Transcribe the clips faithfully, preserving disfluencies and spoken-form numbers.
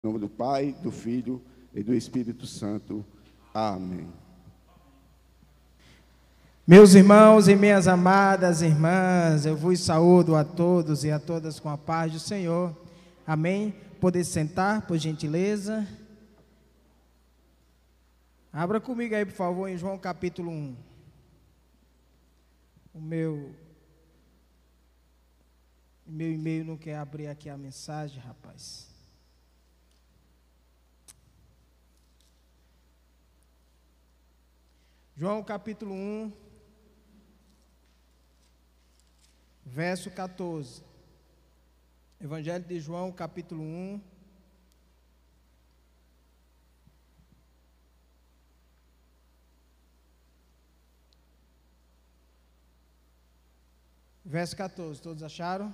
Em nome do Pai, do Filho e do Espírito Santo. Amém. Meus irmãos e minhas amadas irmãs, eu vos saúdo a todos e a todas com a paz do Senhor. Amém? Poder sentar, por gentileza. Abra comigo aí, por favor, em João capítulo um. O meu, meu e-mail não quer abrir aqui a mensagem, rapaz. João capítulo um, verso quatorze. Evangelho de João capítulo um, verso quatorze. Todos acharam?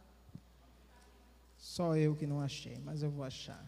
Só eu que não achei, mas eu vou achar.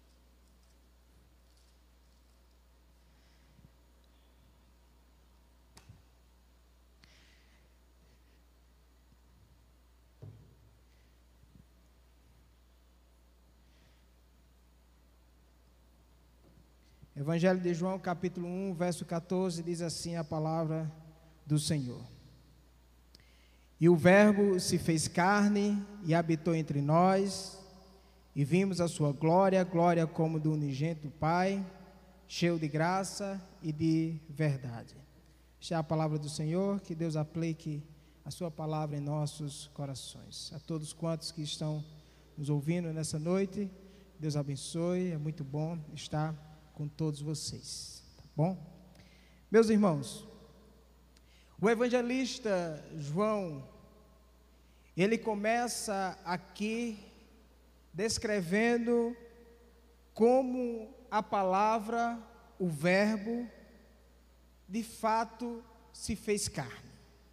Evangelho de João, capítulo um, verso quatorze, diz assim a palavra do Senhor. E o Verbo se fez carne e habitou entre nós, e vimos a sua glória, glória como do unigênito Pai, cheio de graça e de verdade. Esta é a palavra do Senhor, que Deus aplique a sua palavra em nossos corações. A todos quantos que estão nos ouvindo nessa noite, Deus abençoe, é muito bom estar com todos vocês, tá bom? Meus irmãos, o evangelista João, ele começa aqui descrevendo como a palavra, o verbo, de fato se fez carne.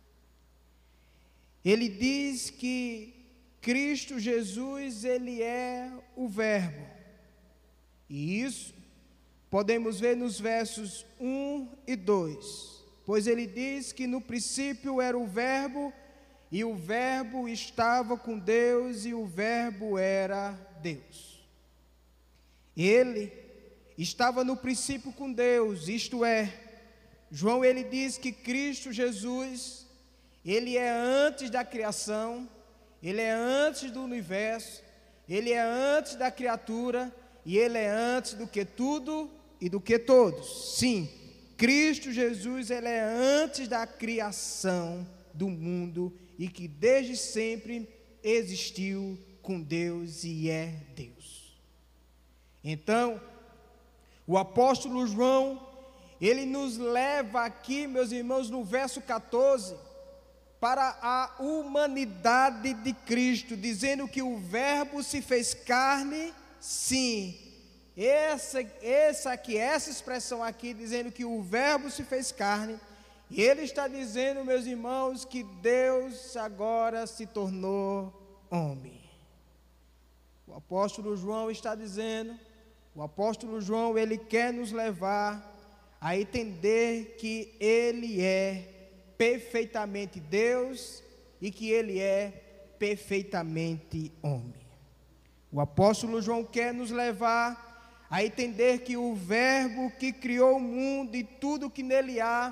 Ele diz que Cristo Jesus, ele é o verbo, e isso podemos ver nos versos um e dois, pois ele diz que no princípio era o verbo, e o verbo estava com Deus, e o verbo era Deus. Ele estava no princípio com Deus, isto é, João ele diz que Cristo Jesus, ele é antes da criação, ele é antes do universo, ele é antes da criatura, e ele é antes do que tudo e do que todos. Sim, Cristo Jesus, ele é antes da criação do mundo e que desde sempre existiu com Deus e é Deus. Então, o apóstolo João, ele nos leva aqui, meus irmãos, no verso quatorze, para a humanidade de Cristo, dizendo que o verbo se fez carne, sim. Essa, essa aqui, essa expressão aqui, dizendo que o verbo se fez carne, e ele está dizendo, meus irmãos, que Deus agora se tornou homem. O apóstolo João está dizendo, o apóstolo João, ele quer nos levar a entender que ele é perfeitamente Deus e que ele é perfeitamente homem. O apóstolo João quer nos levar a entender que o verbo que criou o mundo e tudo que nele há,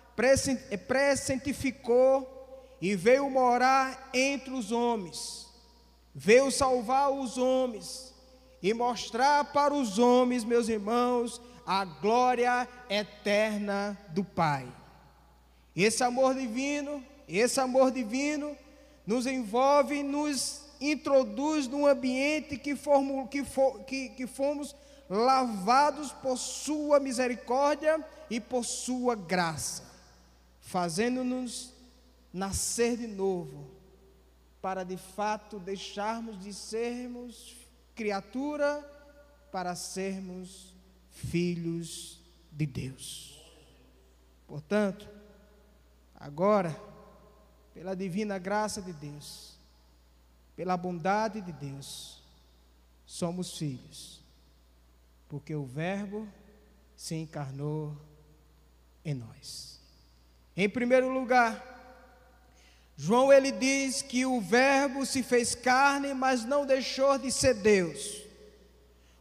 pressentificou e veio morar entre os homens, veio salvar os homens e mostrar para os homens, meus irmãos, a glória eterna do Pai. Esse amor divino, esse amor divino nos envolve e nos introduz num ambiente que, formos, que, for, que, que fomos lavados por sua misericórdia e por sua graça, fazendo-nos nascer de novo, para de fato deixarmos de sermos criatura, para sermos filhos de Deus. Portanto, agora, pela divina graça de Deus, pela bondade de Deus, somos filhos, porque o verbo se encarnou em nós. Em primeiro lugar, João ele diz que o verbo se fez carne, mas não deixou de ser Deus.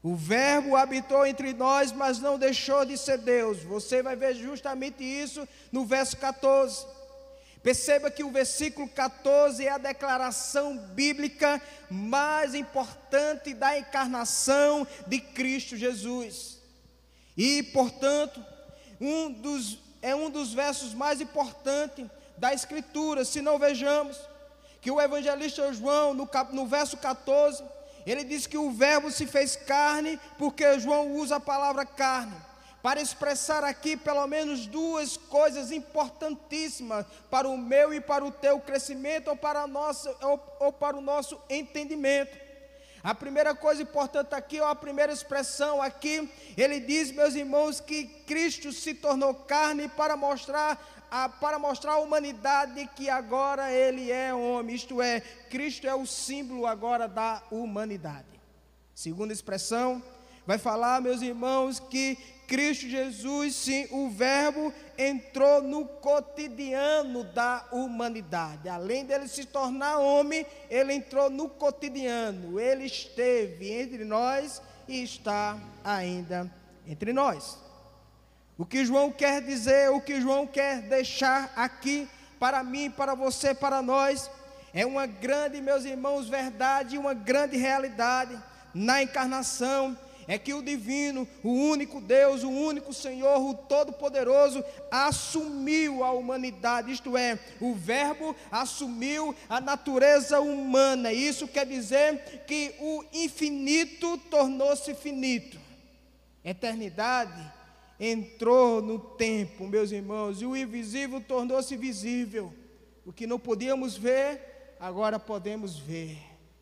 O Verbo habitou entre nós, mas não deixou de ser Deus. Você vai ver justamente isso no verso quatorze. Perceba que o versículo quatorze é a declaração bíblica mais importante da encarnação de Cristo Jesus. E, portanto, um dos, é um dos versos mais importantes da Escritura. Se não vejamos que o evangelista João, no, cap, no verso quatorze, ele diz que o Verbo se fez carne, porque João usa a palavra carne para expressar aqui pelo menos duas coisas importantíssimas para o meu e para o teu crescimento, ou para, a nossa, ou, ou para o nosso entendimento. A primeira coisa importante aqui, ou a primeira expressão aqui, ele diz, meus irmãos, que Cristo se tornou carne para mostrar, a, para mostrar à humanidade que agora ele é homem, isto é, Cristo é o símbolo agora da humanidade. Segunda expressão, vai falar, meus irmãos, que Cristo Jesus, sim, o Verbo entrou no cotidiano da humanidade. Além dele se tornar homem, ele entrou no cotidiano. Ele esteve entre nós e está ainda entre nós. O que João quer dizer, o que João quer deixar aqui para mim, para você, para nós, é uma grande, meus irmãos, verdade, uma grande realidade na encarnação. É que o divino, o único Deus, o único Senhor, o Todo-Poderoso, assumiu a humanidade, isto é, o Verbo assumiu a natureza humana. Isso quer dizer que o infinito tornou-se finito. Eternidade entrou no tempo, meus irmãos, e o invisível tornou-se visível. O que não podíamos ver, agora podemos ver.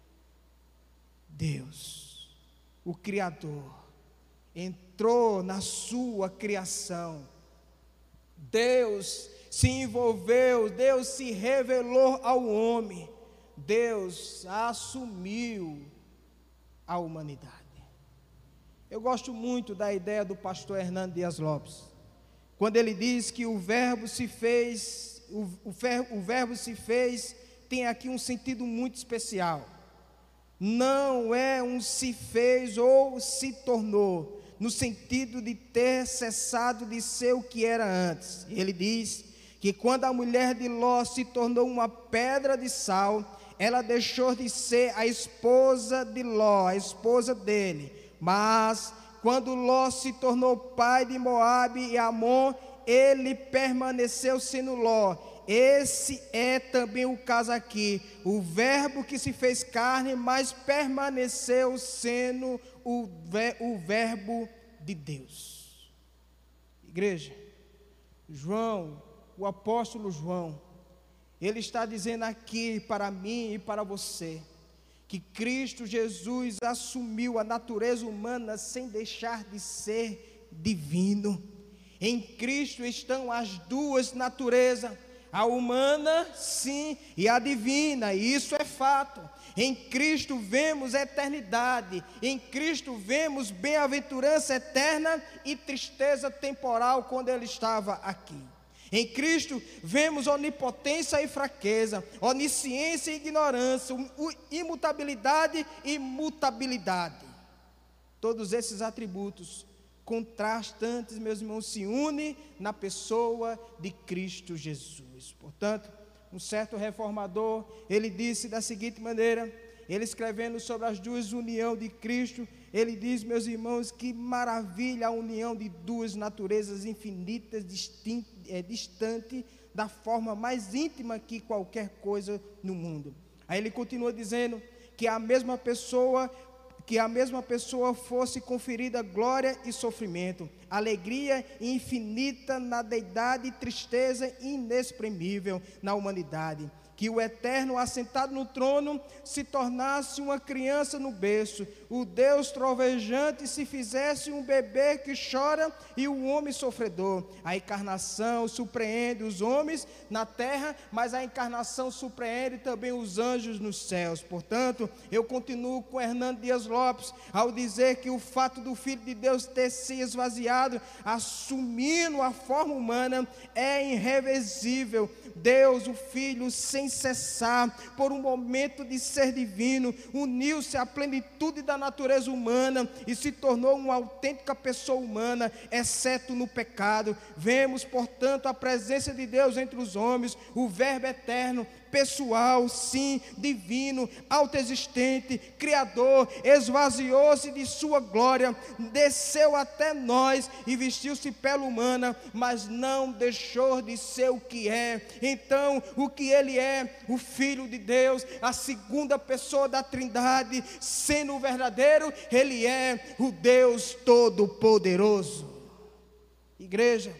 Deus, o Criador, entrou na sua criação. Deus se envolveu, Deus se revelou ao homem. Deus assumiu a humanidade. Eu gosto muito da ideia do pastor Hernando Dias Lopes, quando ele diz que o verbo se fez, o, o, o verbo se fez, tem aqui um sentido muito especial. Não é um se fez ou se tornou, no sentido de ter cessado de ser o que era antes. Ele diz que quando a mulher de Ló se tornou uma pedra de sal, ela deixou de ser a esposa de Ló, a esposa dele. Mas quando Ló se tornou pai de Moabe e Amon, ele permaneceu sendo Ló. Esse é também o caso aqui, o verbo que se fez carne, mas permaneceu sendo o, ver, o verbo de Deus. Igreja, João, o apóstolo João, ele está dizendo aqui para mim e para você, que Cristo Jesus assumiu a natureza humana sem deixar de ser divino. Em Cristo estão as duas naturezas, a humana, sim, e a divina, e isso é fato. Em Cristo vemos eternidade, em Cristo vemos bem-aventurança eterna e tristeza temporal quando Ele estava aqui. Em Cristo vemos onipotência e fraqueza, onisciência e ignorância, imutabilidade e mutabilidade. Todos esses atributos contrastantes, meus irmãos, se unem na pessoa de Cristo Jesus. Portanto, um certo reformador, ele disse da seguinte maneira, ele escrevendo sobre as duas uniões de Cristo, ele diz, meus irmãos, que maravilha a união de duas naturezas infinitas, distintas, é, distante da forma mais íntima que qualquer coisa no mundo. Aí ele continua dizendo que a mesma pessoa que a mesma pessoa fosse conferida glória e sofrimento, alegria infinita na deidade e tristeza inexprimível na humanidade. Que o Eterno, assentado no trono, se tornasse uma criança no berço, o Deus trovejante se fizesse um bebê que chora e o homem sofredor. A encarnação surpreende os homens na terra, mas a encarnação surpreende também os anjos nos céus. Portanto, eu continuo com Hernando Dias Lopes, ao dizer que o fato do Filho de Deus ter se esvaziado, assumindo a forma humana, é irreversível. Deus, o Filho, sem sem cessar, por um momento de ser divino, uniu-se à plenitude da natureza humana e se tornou uma autêntica pessoa humana, exceto no pecado. Vemos, portanto, a presença de Deus entre os homens, o Verbo eterno, pessoal, sim, divino, autoexistente, criador, esvaziou-se de sua glória, desceu até nós e vestiu-se pele humana, mas não deixou de ser o que é. Então, o que ele é, o Filho de Deus, a segunda pessoa da Trindade, sendo o verdadeiro, ele é o Deus Todo-Poderoso. Igreja,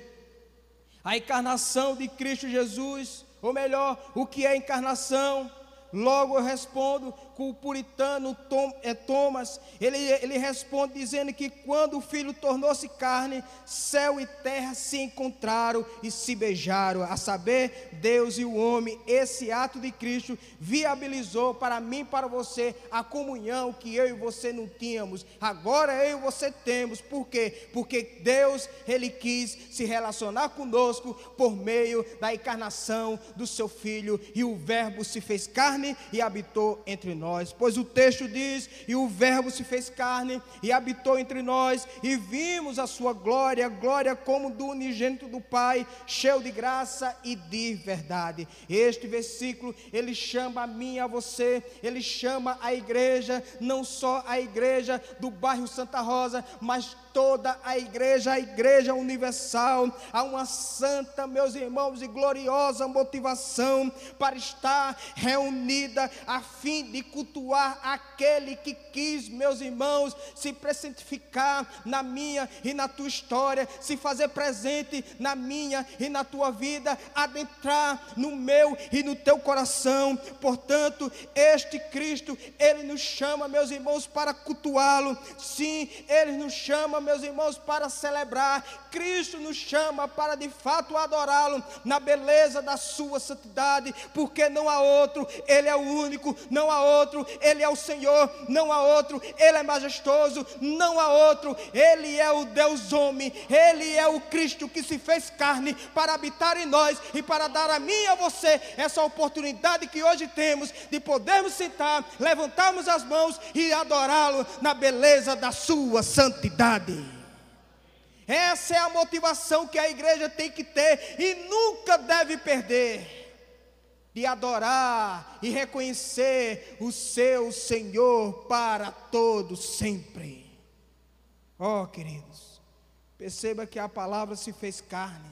a encarnação de Cristo Jesus, ou melhor, o que é encarnação? Logo eu respondo com o puritano Tom, é, Thomas, ele, ele responde dizendo que quando o Filho tornou-se carne, céu e terra se encontraram e se beijaram, a saber, Deus e o homem. Esse ato de Cristo viabilizou para mim e para você a comunhão que eu e você não tínhamos, agora eu e você temos. Por quê? Porque Deus, ele quis se relacionar conosco por meio da encarnação do seu Filho, e o Verbo se fez carne e habitou entre nós. Pois o texto diz: e o Verbo se fez carne e habitou entre nós, e vimos a sua glória, glória como do unigênito do Pai, cheio de graça e de verdade. Este versículo, ele chama a mim e a você, ele chama a igreja, não só a igreja do bairro Santa Rosa, mas toda a igreja, a igreja universal, a uma santa, meus irmãos, e gloriosa motivação para estar reunida a fim de cultuar aquele que quis, meus irmãos, se presentificar na minha e na tua história, se fazer presente na minha e na tua vida, adentrar no meu e no teu coração. Portanto, este Cristo, ele nos chama, meus irmãos, para cultuá-lo. Sim, ele nos chama, meus irmãos, para celebrar. Cristo nos chama para de fato adorá-lo na beleza da sua santidade, porque não há outro, ele é o único, não há outro, ele é o Senhor, não há outro, ele é majestoso, não há outro, ele é o Deus homem, ele é o Cristo que se fez carne para habitar em nós e para dar a mim e a você essa oportunidade que hoje temos de podermos sentar, levantarmos as mãos e adorá-lo na beleza da sua santidade. Essa é a motivação que a igreja tem que ter e nunca deve perder, de adorar e reconhecer o seu Senhor para todo sempre. Ó, queridos, perceba que a palavra se fez carne.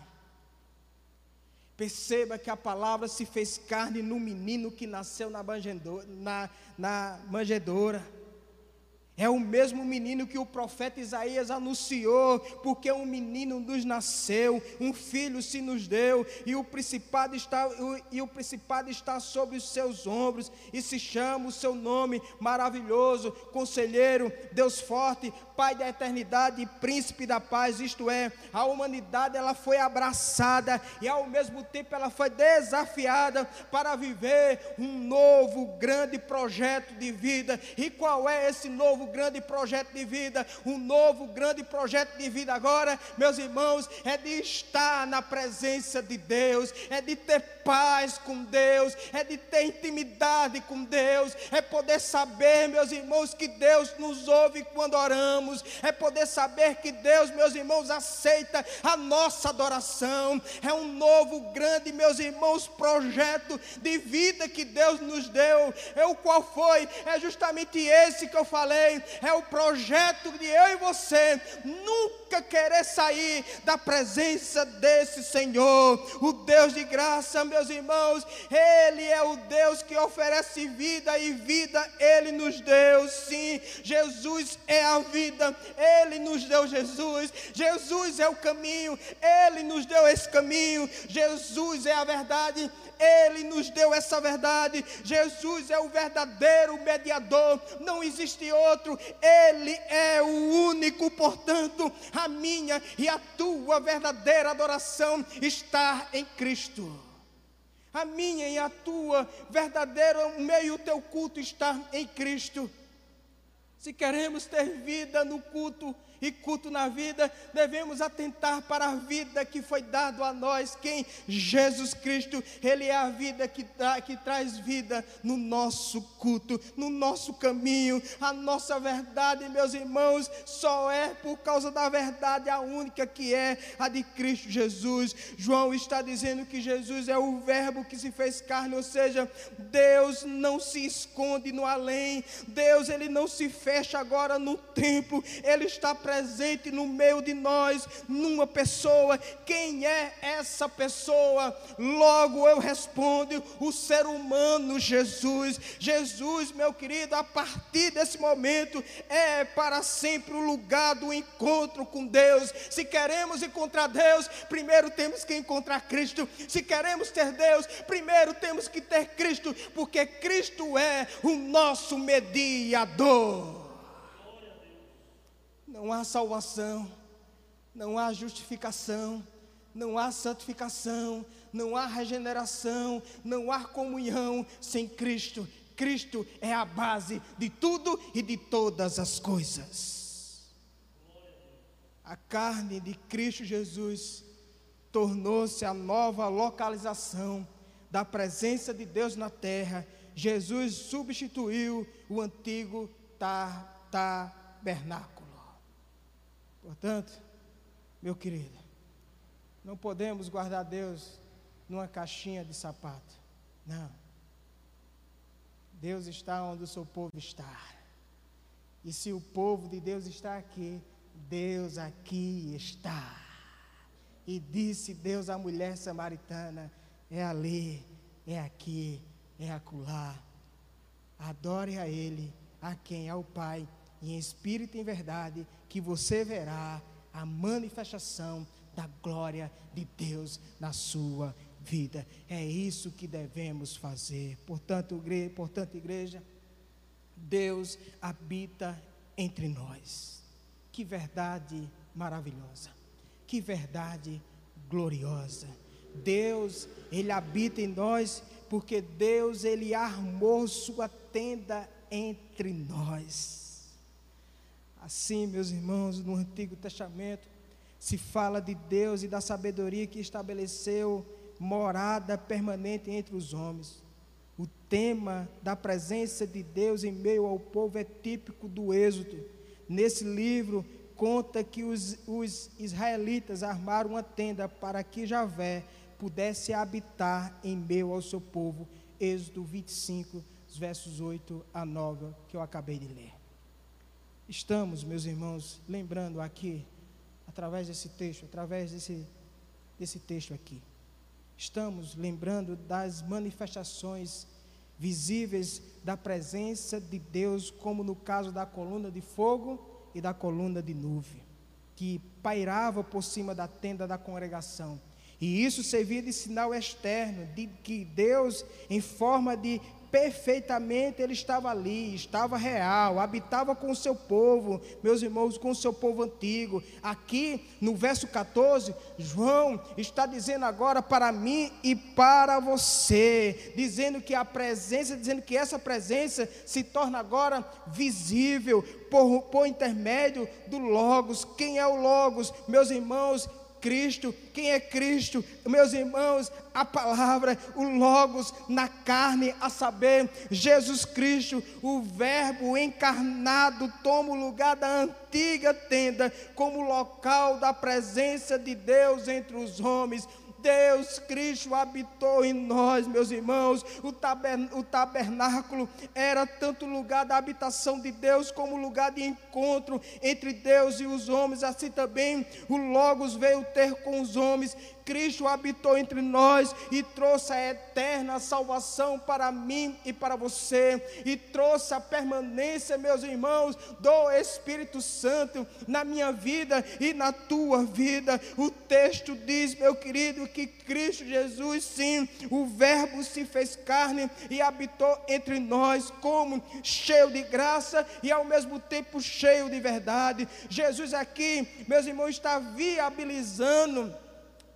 Perceba que a palavra se fez carne no menino que nasceu na manjedoura, na, na manjedoura. É o mesmo menino que o profeta Isaías anunciou, porque um menino nos nasceu, um filho se nos deu, e o principado está, e o principado está sobre os seus ombros, e se chama o seu nome maravilhoso, Conselheiro, Deus forte, Pai da eternidade e Príncipe da paz. Isto é, a humanidade ela foi abraçada e ao mesmo tempo ela foi desafiada para viver um novo grande projeto de vida. E qual é esse novo grande projeto de vida? Um novo grande projeto de vida agora, meus irmãos, é de estar na presença de Deus, é de ter paz com Deus, é de ter intimidade com Deus, é poder saber, meus irmãos, que Deus nos ouve quando oramos, é poder saber que Deus, meus irmãos, aceita a nossa adoração. É um novo grande, meus irmãos, projeto de vida que Deus nos deu. É o qual foi? É justamente esse que eu falei, é o projeto de eu e você nunca querer sair da presença desse Senhor, o Deus de graça, meus irmãos. Ele é o Deus que oferece vida, e vida Ele nos deu. Sim, Jesus é a vida, Ele nos deu Jesus. Jesus é o caminho, Ele nos deu esse caminho. Jesus é a verdade, Ele nos deu essa verdade. Jesus é o verdadeiro mediador, não existe outro, Ele é o único. Portanto, a minha e a tua verdadeira adoração está em Cristo. A minha e a tua verdadeira, o meu e o teu culto está em Cristo. Se queremos ter vida no culto e culto na vida, devemos atentar para a vida que foi dado a nós. Quem? Jesus Cristo. Ele é a vida que, tra que traz vida no nosso culto, no nosso caminho. A nossa verdade, meus irmãos, só é por causa da verdade, a única que é a de Cristo Jesus. João está dizendo que Jesus é o verbo que se fez carne, ou seja, Deus não se esconde no além. Deus, ele não se fecha agora no templo. Ele está presente no meio de nós, numa pessoa. Quem é essa pessoa? Logo eu respondo: o ser humano Jesus. Jesus, meu querido, a partir desse momento é para sempre o lugar do encontro com Deus. Se queremos encontrar Deus, primeiro temos que encontrar Cristo. Se queremos ter Deus, primeiro temos que ter Cristo, porque Cristo é o nosso mediador. Não há salvação, não há justificação, não há santificação, não há regeneração, não há comunhão sem Cristo. Cristo é a base de tudo e de todas as coisas. A carne de Cristo Jesus tornou-se a nova localização da presença de Deus na terra. Jesus substituiu o antigo tabernáculo. Portanto, meu querido, não podemos guardar Deus numa caixinha de sapato. Não. Deus está onde o seu povo está. E se o povo de Deus está aqui, Deus aqui está. E disse Deus à mulher samaritana: é ali, é aqui, é acolá. Adore a Ele, a quem é o Pai, em espírito e em verdade, que você verá a manifestação da glória de Deus na sua vida. É isso que devemos fazer. Portanto, igreja, portanto, igreja, Deus habita entre nós. Que verdade maravilhosa, que verdade gloriosa. Deus, Ele habita em nós, porque Deus, Ele armou sua tenda entre nós. Assim, meus irmãos, no Antigo Testamento se fala de Deus e da sabedoria que estabeleceu morada permanente entre os homens. O tema da presença de Deus em meio ao povo é típico do Êxodo. Nesse livro conta que os, os israelitas armaram uma tenda para que Javé pudesse habitar em meio ao seu povo. Êxodo vinte e cinco, versos oito a nove, que eu acabei de ler. Estamos, meus irmãos, lembrando aqui, através desse texto, através desse, desse texto aqui, estamos lembrando das manifestações visíveis da presença de Deus, como no caso da coluna de fogo e da coluna de nuvem, que pairava por cima da tenda da congregação. E isso servia de sinal externo, de que Deus, em forma de perfeitamente, Ele estava ali, estava real, habitava com o seu povo, meus irmãos, com o seu povo antigo. Aqui no verso catorze, João está dizendo agora para mim e para você, dizendo que a presença, dizendo que essa presença se torna agora visível por, por intermédio do Logos. Quem é o Logos, meus irmãos? Cristo. Quem é Cristo? Meus irmãos, a palavra, o Logos na carne, a saber, Jesus Cristo, o verbo encarnado, toma o lugar da antiga tenda como local da presença de Deus entre os homens. Deus Cristo habitou em nós, meus irmãos. O, taber, o tabernáculo era tanto lugar da habitação de Deus como lugar de encontro entre Deus e os homens. Assim também o Logos veio ter com os homens. Cristo habitou entre nós e trouxe a eterna salvação para mim e para você, e trouxe a permanência, meus irmãos, do Espírito Santo na minha vida e na tua vida. O texto diz, meu querido, que Cristo Jesus, sim, o verbo se fez carne e habitou entre nós, como cheio de graça e ao mesmo tempo cheio de verdade. Jesus aqui, meus irmãos, está viabilizando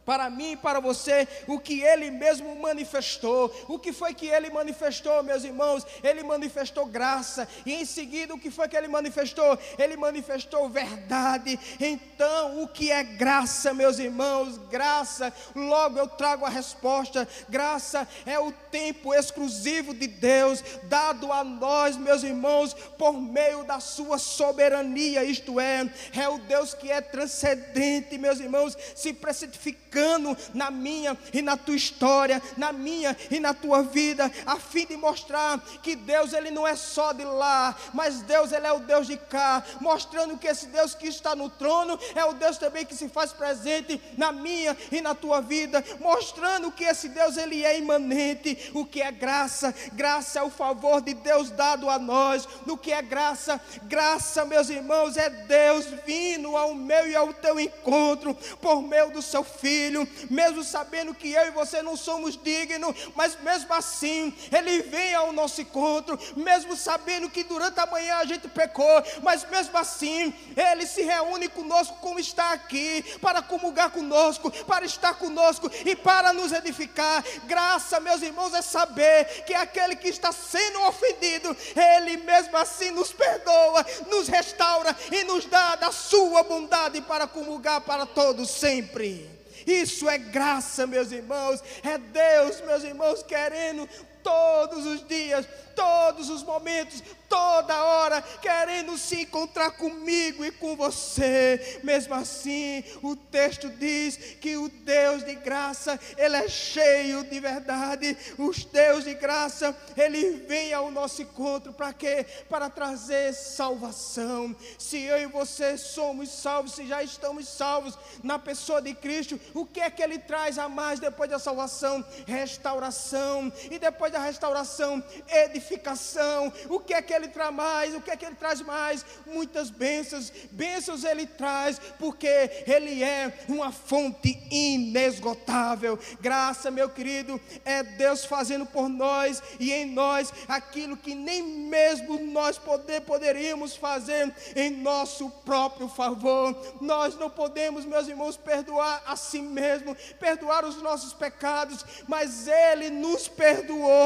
para mim e para você, o que Ele mesmo manifestou. O que foi que Ele manifestou, meus irmãos? Ele manifestou graça, e em seguida o que foi que Ele manifestou? Ele manifestou verdade. Então, o que é graça, meus irmãos? Graça, logo eu trago a resposta. Graça é o tempo exclusivo de Deus, dado a nós, meus irmãos, por meio da sua soberania, isto é, é o Deus que é transcendente, meus irmãos, se precipitando na minha e na tua história, na minha e na tua vida, a fim de mostrar que Deus, Ele não é só de lá, mas Deus, Ele é o Deus de cá, mostrando que esse Deus que está no trono, é o Deus também que se faz presente na minha e na tua vida, mostrando que esse Deus, Ele é imanente. O que é graça? Graça é o favor de Deus dado a nós. No que é graça? Graça, meus irmãos, é Deus vindo ao meu e ao teu encontro, por meio do seu Filho, mesmo sabendo que eu e você não somos dignos, mas mesmo assim, Ele vem ao nosso encontro, mesmo sabendo que durante a manhã a gente pecou, mas mesmo assim, Ele se reúne conosco como está aqui, para comungar conosco, para estar conosco e para nos edificar. Graça, meus irmãos, é saber que aquele que está sendo ofendido, Ele mesmo assim nos perdoa, nos restaura e nos dá da sua bondade para comungar para todos sempre. Isso é graça, meus irmãos. É Deus, meus irmãos, querendo todos os dias, todos os momentos, toda hora, querendo se encontrar comigo e com você. Mesmo assim, o texto diz que o Deus de graça, Ele é cheio de verdade. O Deus de graça, Ele vem ao nosso encontro, para quê? Para trazer salvação. Se eu e você somos salvos, se já estamos salvos na pessoa de Cristo, o que é que Ele traz a mais depois da salvação? Restauração. E depois da restauração, edificação. O que é que Ele traz mais? O que é que Ele traz mais? Muitas bênçãos. Bênçãos Ele traz, porque Ele é uma fonte inesgotável. Graça, meu querido, é Deus fazendo por nós e em nós aquilo que nem mesmo nós poder, poderíamos fazer em nosso próprio favor. Nós não podemos, meus irmãos, perdoar a si mesmo, perdoar os nossos pecados, mas Ele nos perdoou.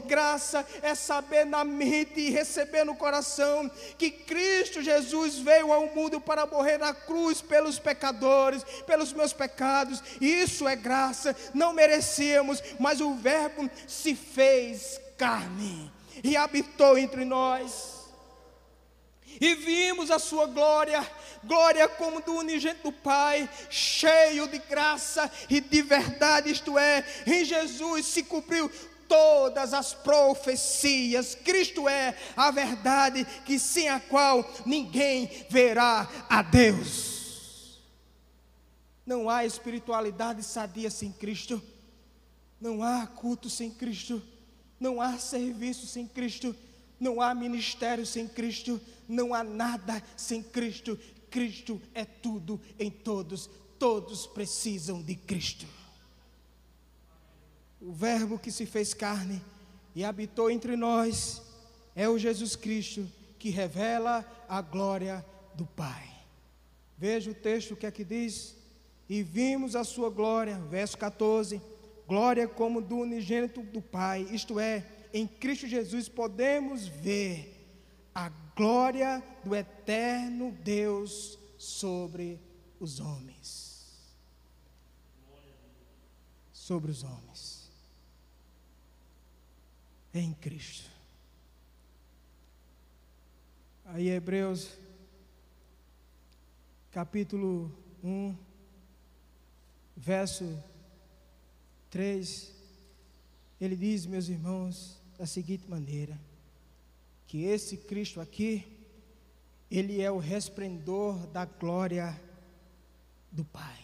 Graça é saber na mente e receber no coração que Cristo Jesus veio ao mundo para morrer na cruz pelos pecadores, pelos meus pecados. Isso é graça. Não merecíamos, mas o Verbo se fez carne e habitou entre nós. E vimos a sua glória, glória como do unigênito do Pai, cheio de graça e de verdade. Isto é, em Jesus se cumpriu todas as profecias. Cristo é a verdade, que sem a qual ninguém verá a Deus. Não há espiritualidade sadia sem Cristo. Não há culto sem Cristo. Não há serviço sem Cristo. Não há ministério sem Cristo. Não há nada sem Cristo. Cristo é tudo em todos. Todos precisam de Cristo. O Verbo que se fez carne e habitou entre nós é o Jesus Cristo, que revela a glória do Pai. Veja o texto que aqui diz: e vimos a sua glória, verso catorze, glória como do unigênito do Pai. Isto é, em Cristo Jesus podemos ver a glória do eterno Deus sobre os homens. Sobre os homens. Em Cristo. Aí Hebreus capítulo um, verso três, ele diz, meus irmãos, da seguinte maneira, que esse Cristo aqui, ele é o resplendor da glória do Pai.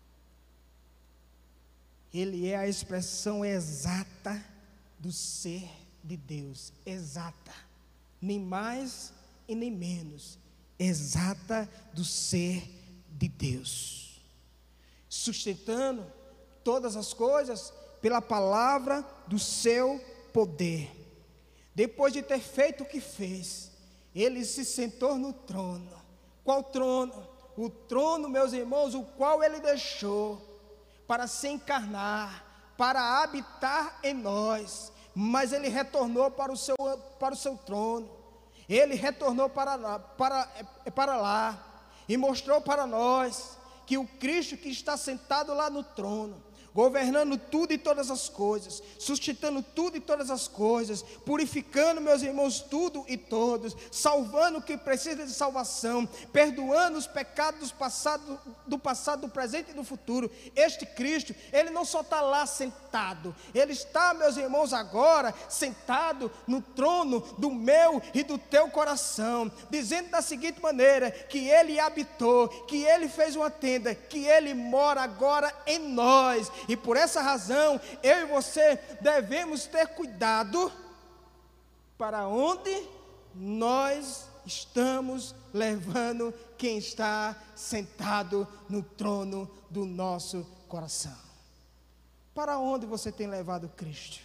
Ele é a expressão exata do ser de Deus, exata, nem mais e nem menos, exata do ser de Deus, sustentando todas as coisas pela palavra do seu poder. Depois de ter feito o que fez, Ele se sentou no trono. Qual trono? O trono, meus irmãos, o qual Ele deixou para se encarnar, para habitar em nós, mas Ele retornou para o seu, para o seu trono. Ele retornou para lá, para, para lá e mostrou para nós que o Cristo que está sentado lá no trono, governando tudo e todas as coisas, sustentando tudo e todas as coisas, purificando, meus irmãos, tudo e todos, salvando o que precisa de salvação, perdoando os pecados do passado, do passado, do presente e do futuro. Este Cristo, Ele não só está lá sentado, Ele está, meus irmãos, agora sentado no trono do meu e do teu coração, dizendo da seguinte maneira, que Ele habitou, que Ele fez uma tenda, que Ele mora agora em nós. E por essa razão, eu e você devemos ter cuidado para onde nós estamos levando quem está sentado no trono do nosso coração. Para onde você tem levado Cristo?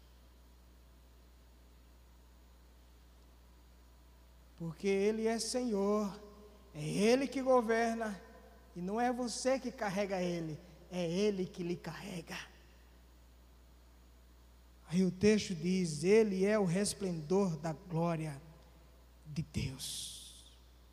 Porque Ele é Senhor, é Ele que governa, e não é você que carrega Ele, é Ele que lhe carrega. Aí o texto diz: Ele é o resplendor da glória de Deus.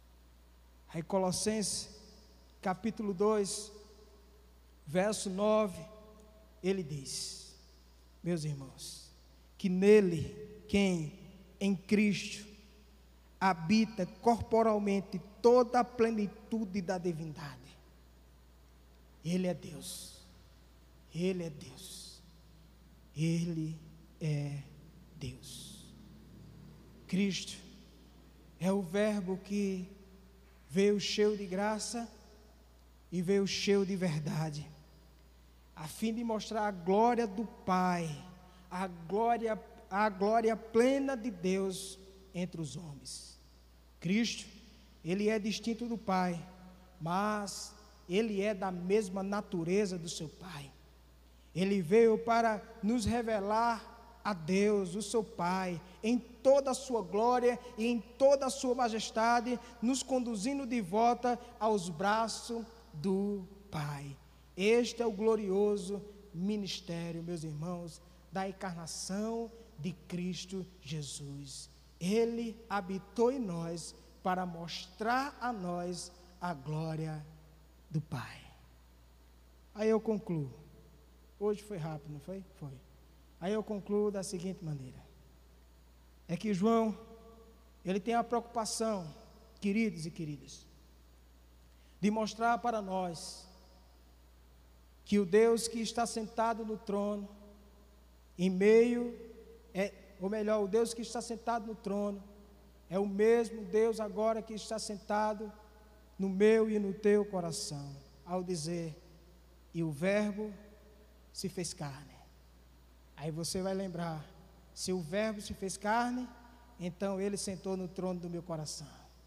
Aí Colossenses capítulo dois, verso nove, ele diz, meus irmãos, que nele, quem em Cristo habita corporalmente toda a plenitude da divindade. Ele é Deus, Ele é Deus, Ele é Deus. Cristo é o verbo que veio cheio de graça e veio cheio de verdade, a fim de mostrar a glória do Pai, a glória, a glória plena de Deus entre os homens. Cristo, Ele é distinto do Pai, mas Ele é da mesma natureza do seu Pai. Ele veio para nos revelar a Deus, o seu Pai, em toda a sua glória e em toda a sua majestade, nos conduzindo de volta aos braços do Pai. Este é o glorioso ministério, meus irmãos, da encarnação de Cristo Jesus. Ele habitou em nós para mostrar a nós a glória do Pai. Aí eu concluo. Hoje foi rápido, não foi? Foi. Aí eu concluo da seguinte maneira. É que João, ele tem a preocupação, queridos e queridas, de mostrar para nós que o Deus que está sentado no trono, em meio, é, ou melhor, o Deus que está sentado no trono, é o mesmo Deus agora que está sentado no meu e no teu coração, ao dizer, e o verbo se fez carne. Aí você vai lembrar, se o verbo se fez carne, então ele sentou no trono do meu coração.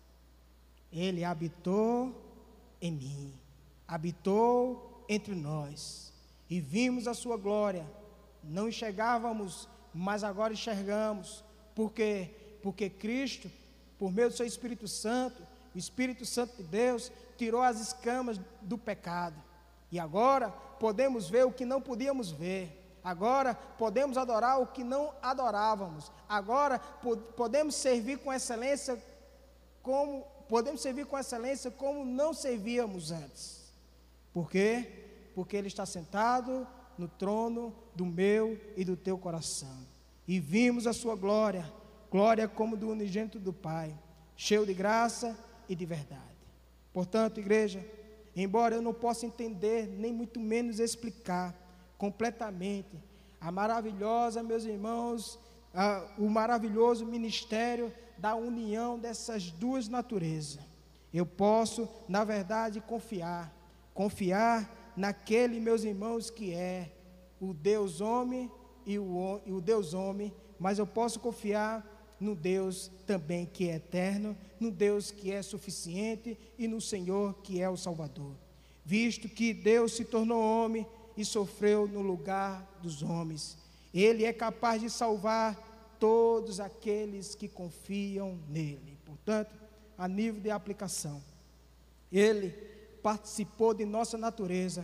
Ele habitou em mim, habitou entre nós, e vimos a sua glória. Não enxergávamos, mas agora enxergamos. Por quê? Porque Cristo, por meio do seu Espírito Santo, o Espírito Santo de Deus tirou as escamas do pecado. E agora podemos ver o que não podíamos ver. Agora podemos adorar o que não adorávamos. Agora po- podemos servir com excelência como podemos servir com excelência como não servíamos antes. Por quê? Porque Ele está sentado no trono do meu e do teu coração. E vimos a sua glória, glória como do unigênito do Pai, cheio de graça e de verdade. Portanto, igreja, embora eu não possa entender, nem muito menos explicar completamente a maravilhosa, meus irmãos, a, o maravilhoso ministério da união dessas duas naturezas, eu posso, na verdade, confiar, confiar naquele, meus irmãos, que é o Deus homem e o, e o Deus homem, mas eu posso confiar no Deus também que é eterno, no Deus que é suficiente e no Senhor que é o Salvador, visto que Deus se tornou homem e sofreu no lugar dos homens. Ele é capaz de salvar todos aqueles que confiam nele. Portanto, a nível de aplicação, Ele participou de nossa natureza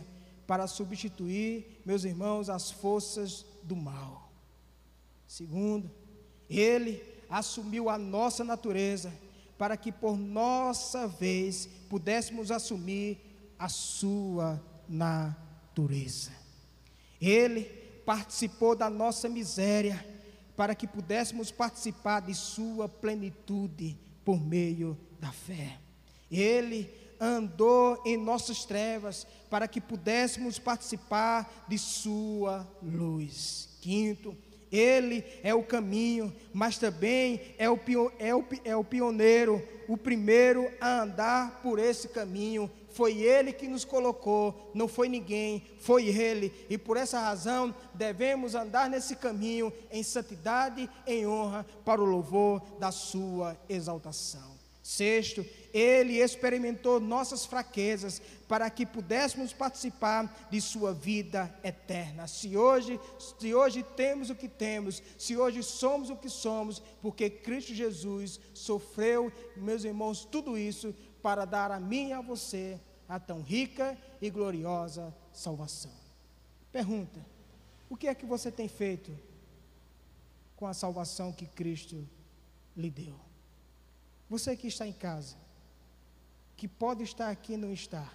para substituir, meus irmãos, as forças do mal. Segundo, ele assumiu a nossa natureza, para que por nossa vez pudéssemos assumir a sua natureza. Ele participou da nossa miséria, para que pudéssemos participar de sua plenitude por meio da fé. Ele andou em nossas trevas, para que pudéssemos participar de sua luz. Quinto, ele é o caminho, mas também é o, é, o, é o pioneiro, o primeiro a andar por esse caminho. Foi ele que nos colocou, não foi ninguém, foi ele. E por essa razão devemos andar nesse caminho em santidade, em honra, para o louvor da sua exaltação. Sexto, ele experimentou nossas fraquezas para que pudéssemos participar de sua vida eterna. Se hoje, se hoje temos o que temos, se hoje somos o que somos, porque Cristo Jesus sofreu, meus irmãos, tudo isso para dar a mim e a você a tão rica e gloriosa salvação. Pergunta: o que é que você tem feito com a salvação que Cristo lhe deu? Você que está em casa, que pode estar aqui e não estar,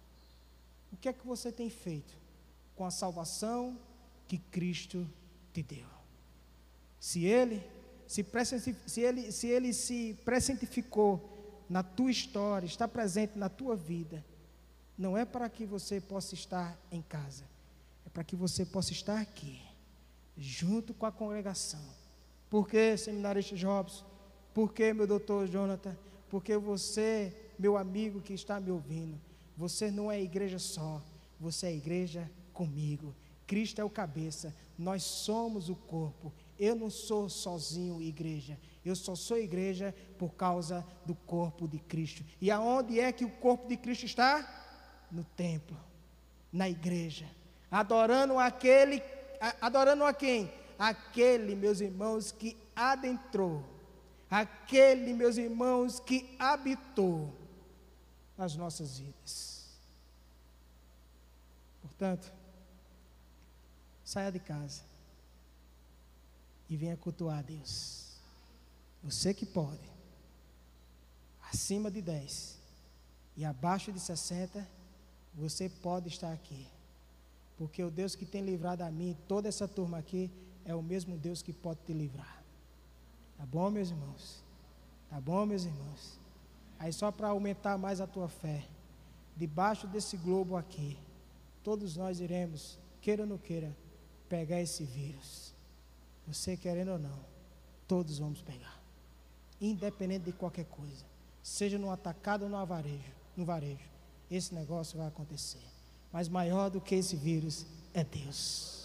o que é que você tem feito com a salvação que Cristo te deu? Se Ele se, se, ele, se, ele se presentificou na tua história, está presente na tua vida, não é para que você possa estar em casa, é para que você possa estar aqui, junto com a congregação. Por que, seminarista Jobson? Por que, meu doutor Jonathan? Porque você, meu amigo que está me ouvindo, você não é igreja só, você é igreja comigo. Cristo é o cabeça, nós somos o corpo. Eu não sou sozinho igreja, eu só sou igreja por causa do corpo de Cristo. E aonde é que o corpo de Cristo está? No templo, na igreja, adorando aquele, adorando a quem? Aquele, meus irmãos, que adentrou, aquele, meus irmãos, que habitou nas nossas vidas. Portanto, saia de casa e venha cultuar a Deus. Você que pode, acima de dez e abaixo de sessenta, você pode estar aqui, porque o Deus que tem livrado a mim, toda essa turma aqui, é o mesmo Deus que pode te livrar. Tá bom, meus irmãos? Tá bom, meus irmãos? Aí só para aumentar mais a tua fé, debaixo desse globo aqui, todos nós iremos, queira ou não queira, pegar esse vírus. Você querendo ou não, todos vamos pegar. Independente de qualquer coisa, seja no atacado ou no varejo, no varejo, esse negócio vai acontecer. Mas maior do que esse vírus é Deus.